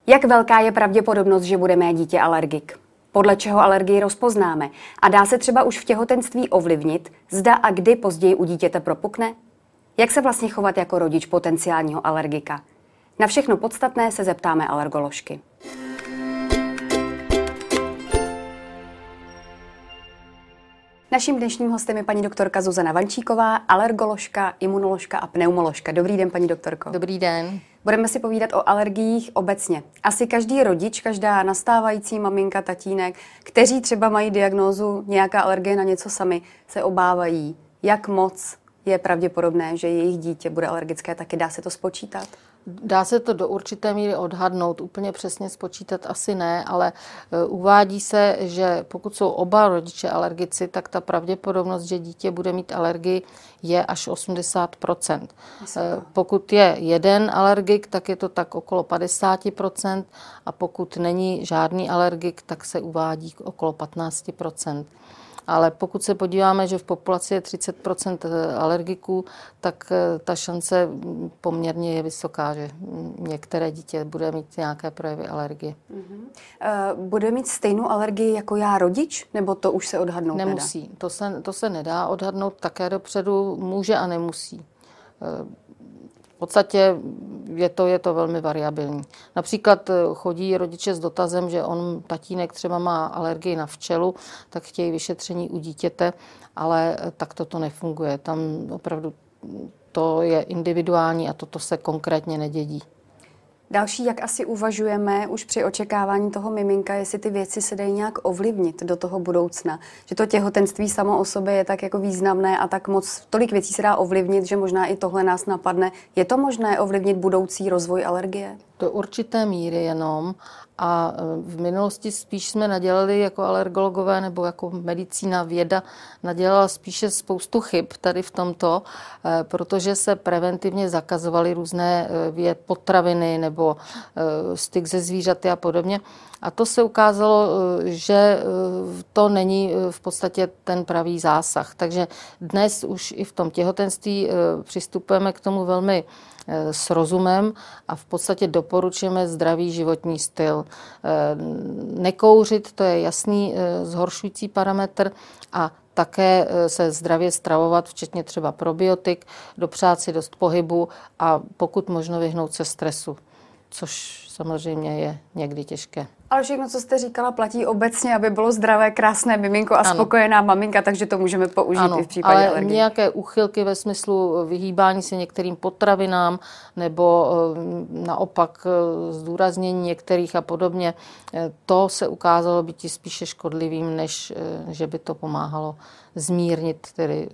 Jak velká je pravděpodobnost, že bude mé dítě alergik? Podle čeho alergii rozpoznáme? A dá se třeba už v těhotenství ovlivnit, zda a kdy později u dítěte propukne? Jak se vlastně chovat jako rodič potenciálního alergika? Na všechno podstatné se zeptáme alergoložky. Naším dnešním hostem je paní doktorka Zuzana Vančíková, alergoložka, imunoložka a pneumoložka. Dobrý den, paní doktorko. Dobrý den. Budeme si povídat o alergiích obecně. Asi každý rodič, každá nastávající maminka, tatínek, kteří třeba mají diagnózu nějaká alergie na něco sami, se obávají, jak moc je pravděpodobné, že jejich dítě bude alergické, taky dá se to spočítat? Dá se to do určité míry odhadnout, úplně přesně spočítat asi ne, ale uvádí se, že pokud jsou oba rodiče alergici, tak ta pravděpodobnost, že dítě bude mít alergii, je až 80%. Pokud je jeden alergik, tak je to tak okolo 50%, a pokud není žádný alergik, tak se uvádí okolo 15%. Ale pokud se podíváme, že v populaci je 30% alergiků, tak ta šance poměrně je vysoká, že některé dítě bude mít nějaké projevy alergie. Bude mít stejnou alergii jako já rodič? Nebo to už se odhadnout nemusí. To se nedá odhadnout také dopředu, může a nemusí. V podstatě je to velmi variabilní. Například chodí rodiče s dotazem, že tatínek třeba má alergii na včelu, tak chtějí vyšetření u dítěte, ale takto to nefunguje. Tam opravdu to je individuální a toto se konkrétně nedědí. Další, jak asi uvažujeme už při očekávání toho miminka, jestli ty věci se dají nějak ovlivnit do toho budoucna. Že to těhotenství samo o sobě je tak jako významné a tak moc, tolik věcí se dá ovlivnit, že možná i tohle nás napadne. Je to možné ovlivnit budoucí rozvoj alergie? Do určité míry jenom. A v minulosti spíš jsme nadělali jako alergologové nebo jako medicína, věda nadělala spíše spoustu chyb tady v tomto, protože se preventivně zakazovaly různé potraviny nebo styk ze zvířaty a podobně. A to se ukázalo, že to není v podstatě ten pravý zásah. Takže dnes už i v tom těhotenství přistupujeme k tomu velmi s rozumem a v podstatě doporučujeme zdravý životní styl. Nekouřit, to je jasný zhoršující parametr, a také se zdravě stravovat, včetně třeba probiotik, dopřát si dost pohybu a pokud možno vyhnout se stresu, což samozřejmě je někdy těžké. Ale všechno, co jste říkala, platí obecně, aby bylo zdravé, krásné miminko a spokojená maminka, takže to můžeme použít i v případě alergie. Nějaké úchylky ve smyslu vyhýbání se některým potravinám nebo naopak zdůraznění některých a podobně, to se ukázalo být spíše škodlivým, než že by to pomáhalo zmírnit tedy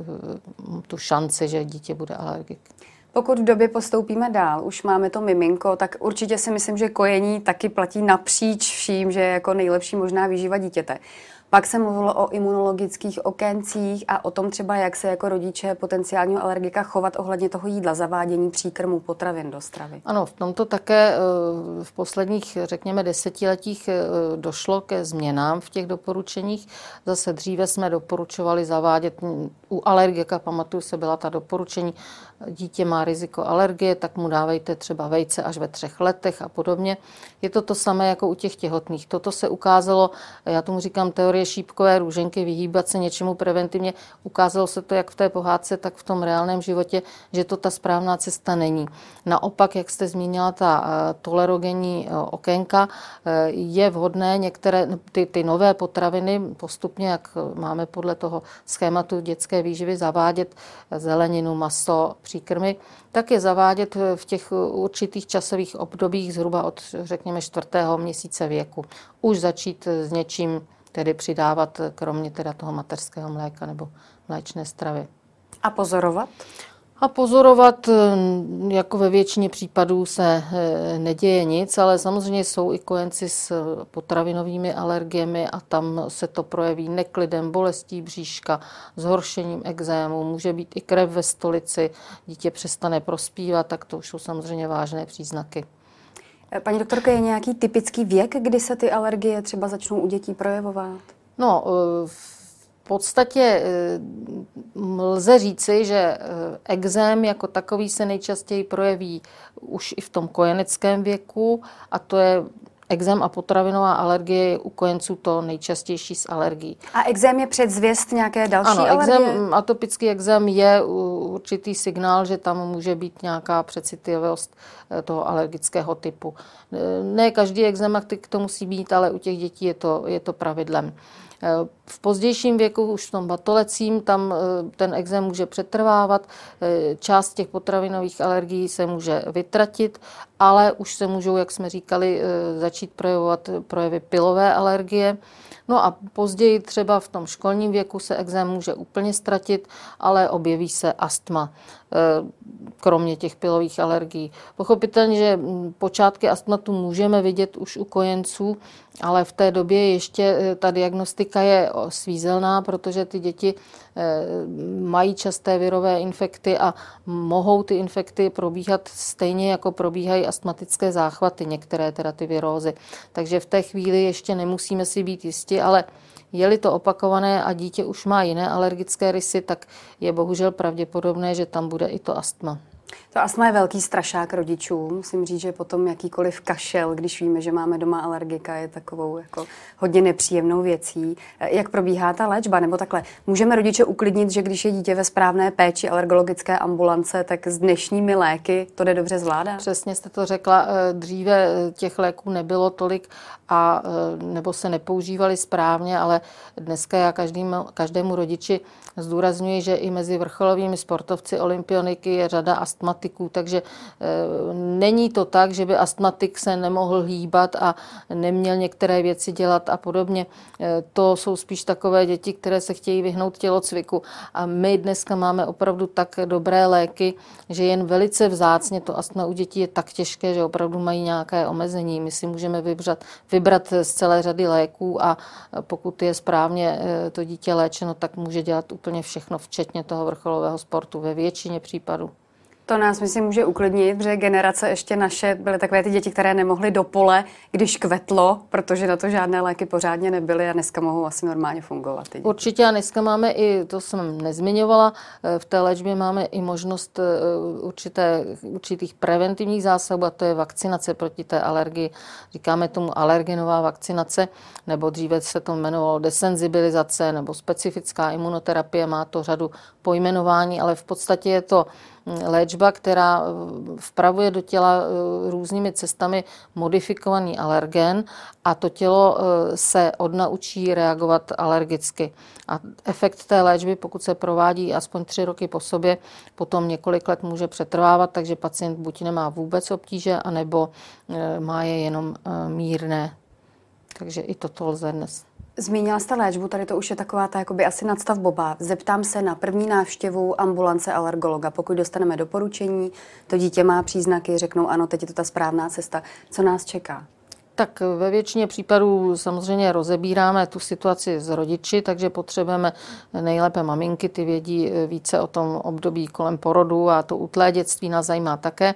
tu šanci, že dítě bude alergik. Pokud v době postoupíme dál, už máme to miminko, tak určitě si myslím, že kojení taky platí napříč vším, že je jako nejlepší možná výživa dítěte. Pak se mluvilo o imunologických okéncích a o tom třeba, jak se jako rodiče potenciálního alergika chovat ohledně toho jídla, zavádění příkrmů, potravin do stravy. Ano, v tomto také v posledních, řekněme, desetiletích došlo ke změnám v těch doporučeních. Zase dříve jsme doporučovali zavádět u alergika, pamatuju se, byla ta doporučení, dítě má riziko alergie, tak mu dávejte třeba vejce až ve 3 letech a podobně. Je to to samé jako u těch těhotných. Toto se ukázalo, já tomu říkám teorie šípkové růženky, vyhýbat se něčemu preventivně. Ukázalo se to jak v té pohádce, tak v tom reálném životě, že to ta správná cesta není. Naopak, jak jste zmínila, ta tolerogenní okénka, je vhodné některé ty nové potraviny postupně, jak máme podle toho schématu dětské výživy, zavádět zeleninu, maso, příkrmy, tak je zavádět v těch určitých časových obdobích zhruba od, řekněme, 4. měsíce věku. Už začít s něčím tedy přidávat, kromě teda toho mateřského mléka nebo mléčné stravy. A pozorovat? A pozorovat, jako ve většině případů se neděje nic, ale samozřejmě jsou i kojenci s potravinovými alergiemi a tam se to projeví neklidem, bolestí bříška, zhoršením ekzému, může být i krev ve stolici, dítě přestane prospívat, tak to už jsou samozřejmě vážné příznaky. Paní doktorko, je nějaký typický věk, kdy se ty alergie třeba začnou u dětí projevovat? No, V podstatě lze říci, že ekzém jako takový se nejčastěji projeví už i v tom kojeneckém věku a to je ekzém a potravinová alergie je u kojenců to nejčastější z alergií. A ekzém je předzvěst nějaké další alergie? Ano, atopický ekzém je určitý signál, že tam může být nějaká přecitlivost toho alergického typu. Ne každý ekzematik to musí být, ale u těch dětí je to pravidlem. V pozdějším věku, už v tom batolecím, tam ten ekzém může přetrvávat, část těch potravinových alergií se může vytratit, ale už se můžou, jak jsme říkali, začít projevovat projevy pilové alergie. No a později třeba v tom školním věku se ekzém může úplně ztratit, ale objeví se astma, kromě těch pilových alergií. Pochopitelně, že počátky astmatu můžeme vidět už u kojenců, ale v té době ještě ta diagnostika je svízelná, protože ty děti mají časté virové infekty a mohou ty infekty probíhat stejně, jako probíhají astmatické záchvaty, některé teda ty virózy. Takže v té chvíli ještě nemusíme si být jisti, ale je-li to opakované a dítě už má jiné alergické rysy, tak je bohužel pravděpodobné, že tam bude i to astma. To astma je velký strašák rodičů. Musím říct, že potom jakýkoliv kašel, když víme, že máme doma alergika, je takovou jako hodně nepříjemnou věcí. Jak probíhá ta léčba? Nebo takhle, můžeme rodiče uklidnit, že když je dítě ve správné péči alergologické ambulance, tak s dnešními léky to jde dobře zvládat? Přesně jste to řekla. Dříve těch léků nebylo tolik a nebo se nepoužívali správně, ale dneska já každému rodiči zdůrazňuji, že i mezi vrcholovými sportovci olympioniky je řada astmatiků, takže není to tak, že by astmatik se nemohl hýbat a neměl některé věci dělat a podobně. To jsou spíš takové děti, které se chtějí vyhnout tělocviku. A my dneska máme opravdu tak dobré léky, že jen velice vzácně to astma u dětí je tak těžké, že opravdu mají nějaké omezení. My si můžeme vybrat z celé řady léků a pokud je správně to dítě léčeno, tak může dělat úplně všechno, včetně toho vrcholového sportu ve většině případů. To nás, myslím, může uklidnit, protože generace ještě naše byly takové ty děti, které nemohly do pole, když kvetlo, protože na to žádné léky pořádně nebyly a dneska mohou asi normálně fungovat. Určitě a dneska máme i, to jsem nezmiňovala, v té léčbě máme i možnost určitých preventivních zásahů a to je vakcinace proti té alergii. Říkáme tomu alergenová vakcinace, nebo dříve se to jmenovalo desenzibilizace nebo specifická imunoterapie, má to řadu pojmenování, ale v podstatě je to léčba, která vpravuje do těla různými cestami modifikovaný alergen a to tělo se odnaučí reagovat alergicky. A efekt té léčby, pokud se provádí aspoň 3 roky po sobě, potom několik let může přetrvávat, takže pacient buď nemá vůbec obtíže, anebo má je jenom mírné. Takže i toto lze dnes. Zmínila jste léčbu, tady to už je taková ta jakoby asi nadstavbová. Zeptám se na první návštěvu ambulance alergologa. Pokud dostaneme doporučení, to dítě má příznaky, řeknou ano, teď je to ta správná cesta. Co nás čeká? Tak ve většině případů samozřejmě rozebíráme tu situaci s rodiči, takže potřebujeme nejlépe maminky, ty vědí více o tom období kolem porodu a to útlé dětství nás zajímá také.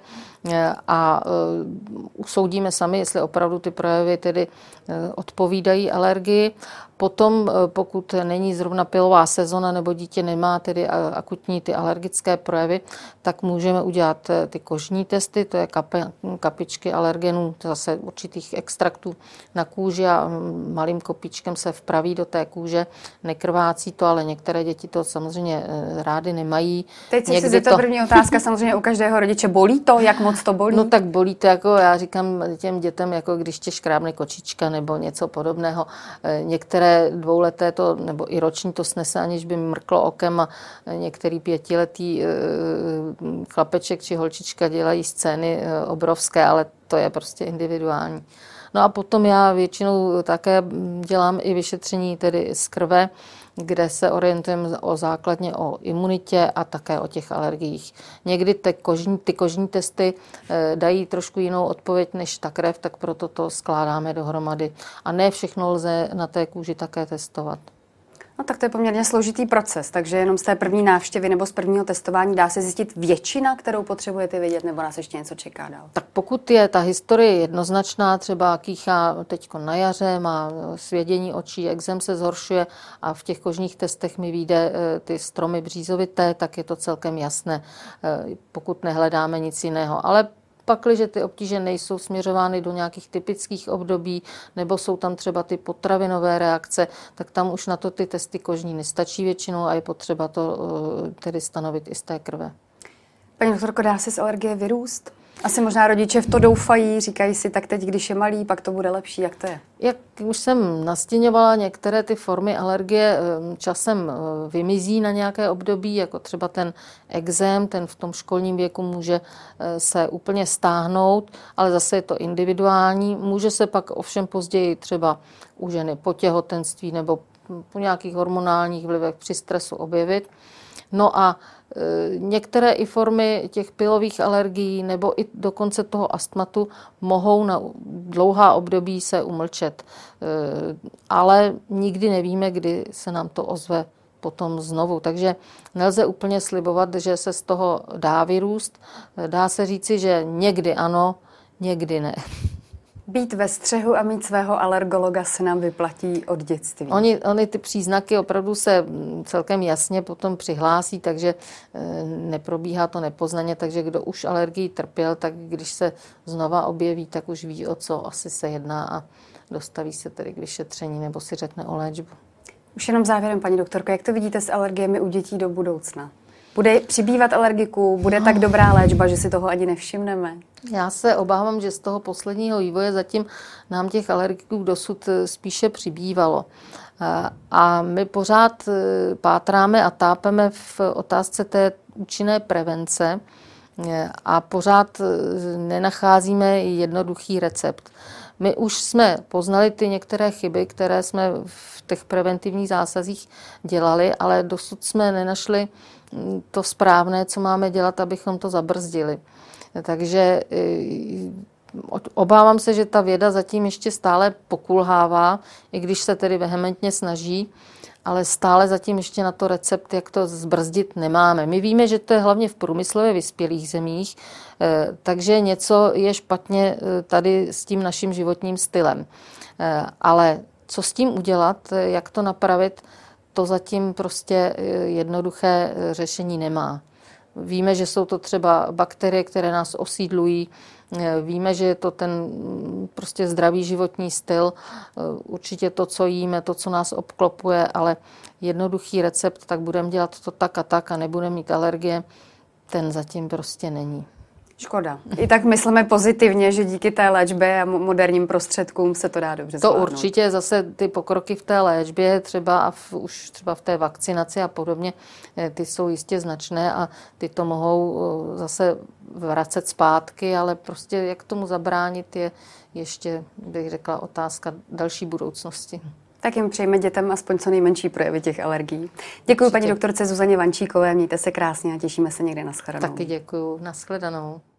A usoudíme sami, jestli opravdu ty projevy tedy odpovídají alergii. Potom, pokud není zrovna pilová sezona nebo dítě nemá tedy akutní ty alergické projevy, tak můžeme udělat ty kožní testy, to je kapičky alergenů, zase určitých extraktů na kůži a malým kopíčkem se vpraví do té kůže. Nekrvácí to, ale některé děti to samozřejmě rády nemají. Teď si zeptat první otázka, samozřejmě u každého rodiče. Bolí to? Jak moc to bolí? No tak bolí to, jako já říkám těm dětem, jako když tě škrábne kočička nebo něco podobného. Některé dvouleté to, nebo i roční to snese, aniž by mrklo okem a některý 5letý chlapeček či holčička dělají scény obrovské, ale to je prostě individuální. No a potom já většinou také dělám i vyšetření tedy z krve, kde se orientujeme základně o imunitě a také o těch alergiích. Někdy ty kožní testy dají trošku jinou odpověď než ta krev, tak proto to skládáme dohromady. A ne všechno lze na té kůži také testovat. No tak to je poměrně složitý proces, takže jenom z té první návštěvy nebo z prvního testování dá se zjistit většina, kterou potřebujete vědět, nebo nás ještě něco čeká dál? Tak pokud je ta historie jednoznačná, třeba kýchá teď na jaře, má svědění očí, ekzém se zhoršuje a v těch kožních testech mi vyjde ty stromy břízovité, tak je to celkem jasné, pokud nehledáme nic jiného. Ale pakliže ty obtíže nejsou směřovány do nějakých typických období, nebo jsou tam třeba ty potravinové reakce, tak tam už na to ty testy kožní nestačí většinou a je potřeba to tedy stanovit i z té krve. Paní doktorko, dá se z alergie vyrůst? Asi možná rodiče v to doufají, říkají si, tak teď, když je malý, pak to bude lepší. Jak to je? Jak už jsem nastěňovala, některé ty formy alergie časem vymizí na nějaké období, jako třeba ten ekzém, ten v tom školním věku může se úplně stáhnout, ale zase je to individuální. Může se pak ovšem později třeba u ženy po těhotenství nebo po nějakých hormonálních vlivech při stresu objevit. No a některé i formy těch pylových alergií nebo i dokonce toho astmatu mohou na dlouhá období se umlčet. Ale nikdy nevíme, kdy se nám to ozve potom znovu. Takže nelze úplně slibovat, že se z toho dá vyrůst. Dá se říci, že někdy ano, někdy ne. Být ve střehu a mít svého alergologa se nám vyplatí od dětství. Oni ty příznaky opravdu se celkem jasně potom přihlásí, takže neprobíhá to nepoznaně, takže kdo už alergii trpěl, tak když se znova objeví, tak už ví, o co asi se jedná a dostaví se tedy k vyšetření nebo si řekne o léčbu. Už jenom závěrem, paní doktorko, jak to vidíte s alergiemi u dětí do budoucna? Bude přibývat alergiků, bude tak dobrá léčba, že si toho ani nevšimneme? Já se obávám, že z toho posledního vývoje zatím nám těch alergiků dosud spíše přibývalo. A my pořád pátráme a tápeme v otázce té účinné prevence a pořád nenacházíme jednoduchý recept. My už jsme poznali ty některé chyby, které jsme v těch preventivních zásazích dělali, ale dosud jsme nenašli to správné, co máme dělat, abychom to zabrzdili. Takže obávám se, že ta věda zatím ještě stále pokulhává, i když se tedy vehementně snaží, ale stále zatím ještě na to recept, jak to zbrzdit, nemáme. My víme, že to je hlavně v průmyslově vyspělých zemích, takže něco je špatně tady s tím naším životním stylem. Ale co s tím udělat, jak to napravit, to zatím prostě jednoduché řešení nemá. Víme, že jsou to třeba bakterie, které nás osídlují, víme, že je to ten prostě zdravý životní styl, určitě to, co jíme, to, co nás obklopuje, ale jednoduchý recept, tak budeme dělat to tak a nebudeme mít alergie, ten zatím prostě není. Škoda. I tak myslíme pozitivně, že díky té léčbě a moderním prostředkům se to dá dobře zvládnout. To určitě, zase ty pokroky v té léčbě třeba a už třeba v té vakcinaci a podobně, ty jsou jistě značné a ty to mohou zase vracet zpátky, ale prostě jak tomu zabránit je ještě, bych řekla, otázka další budoucnosti. Tak jim přejme dětem aspoň co nejmenší projevy těch alergií. Děkuji paní doktorce Zuzaně Vančíkové, mějte se krásně a těšíme se někde na shledanou. Taky děkuji, na shledanou.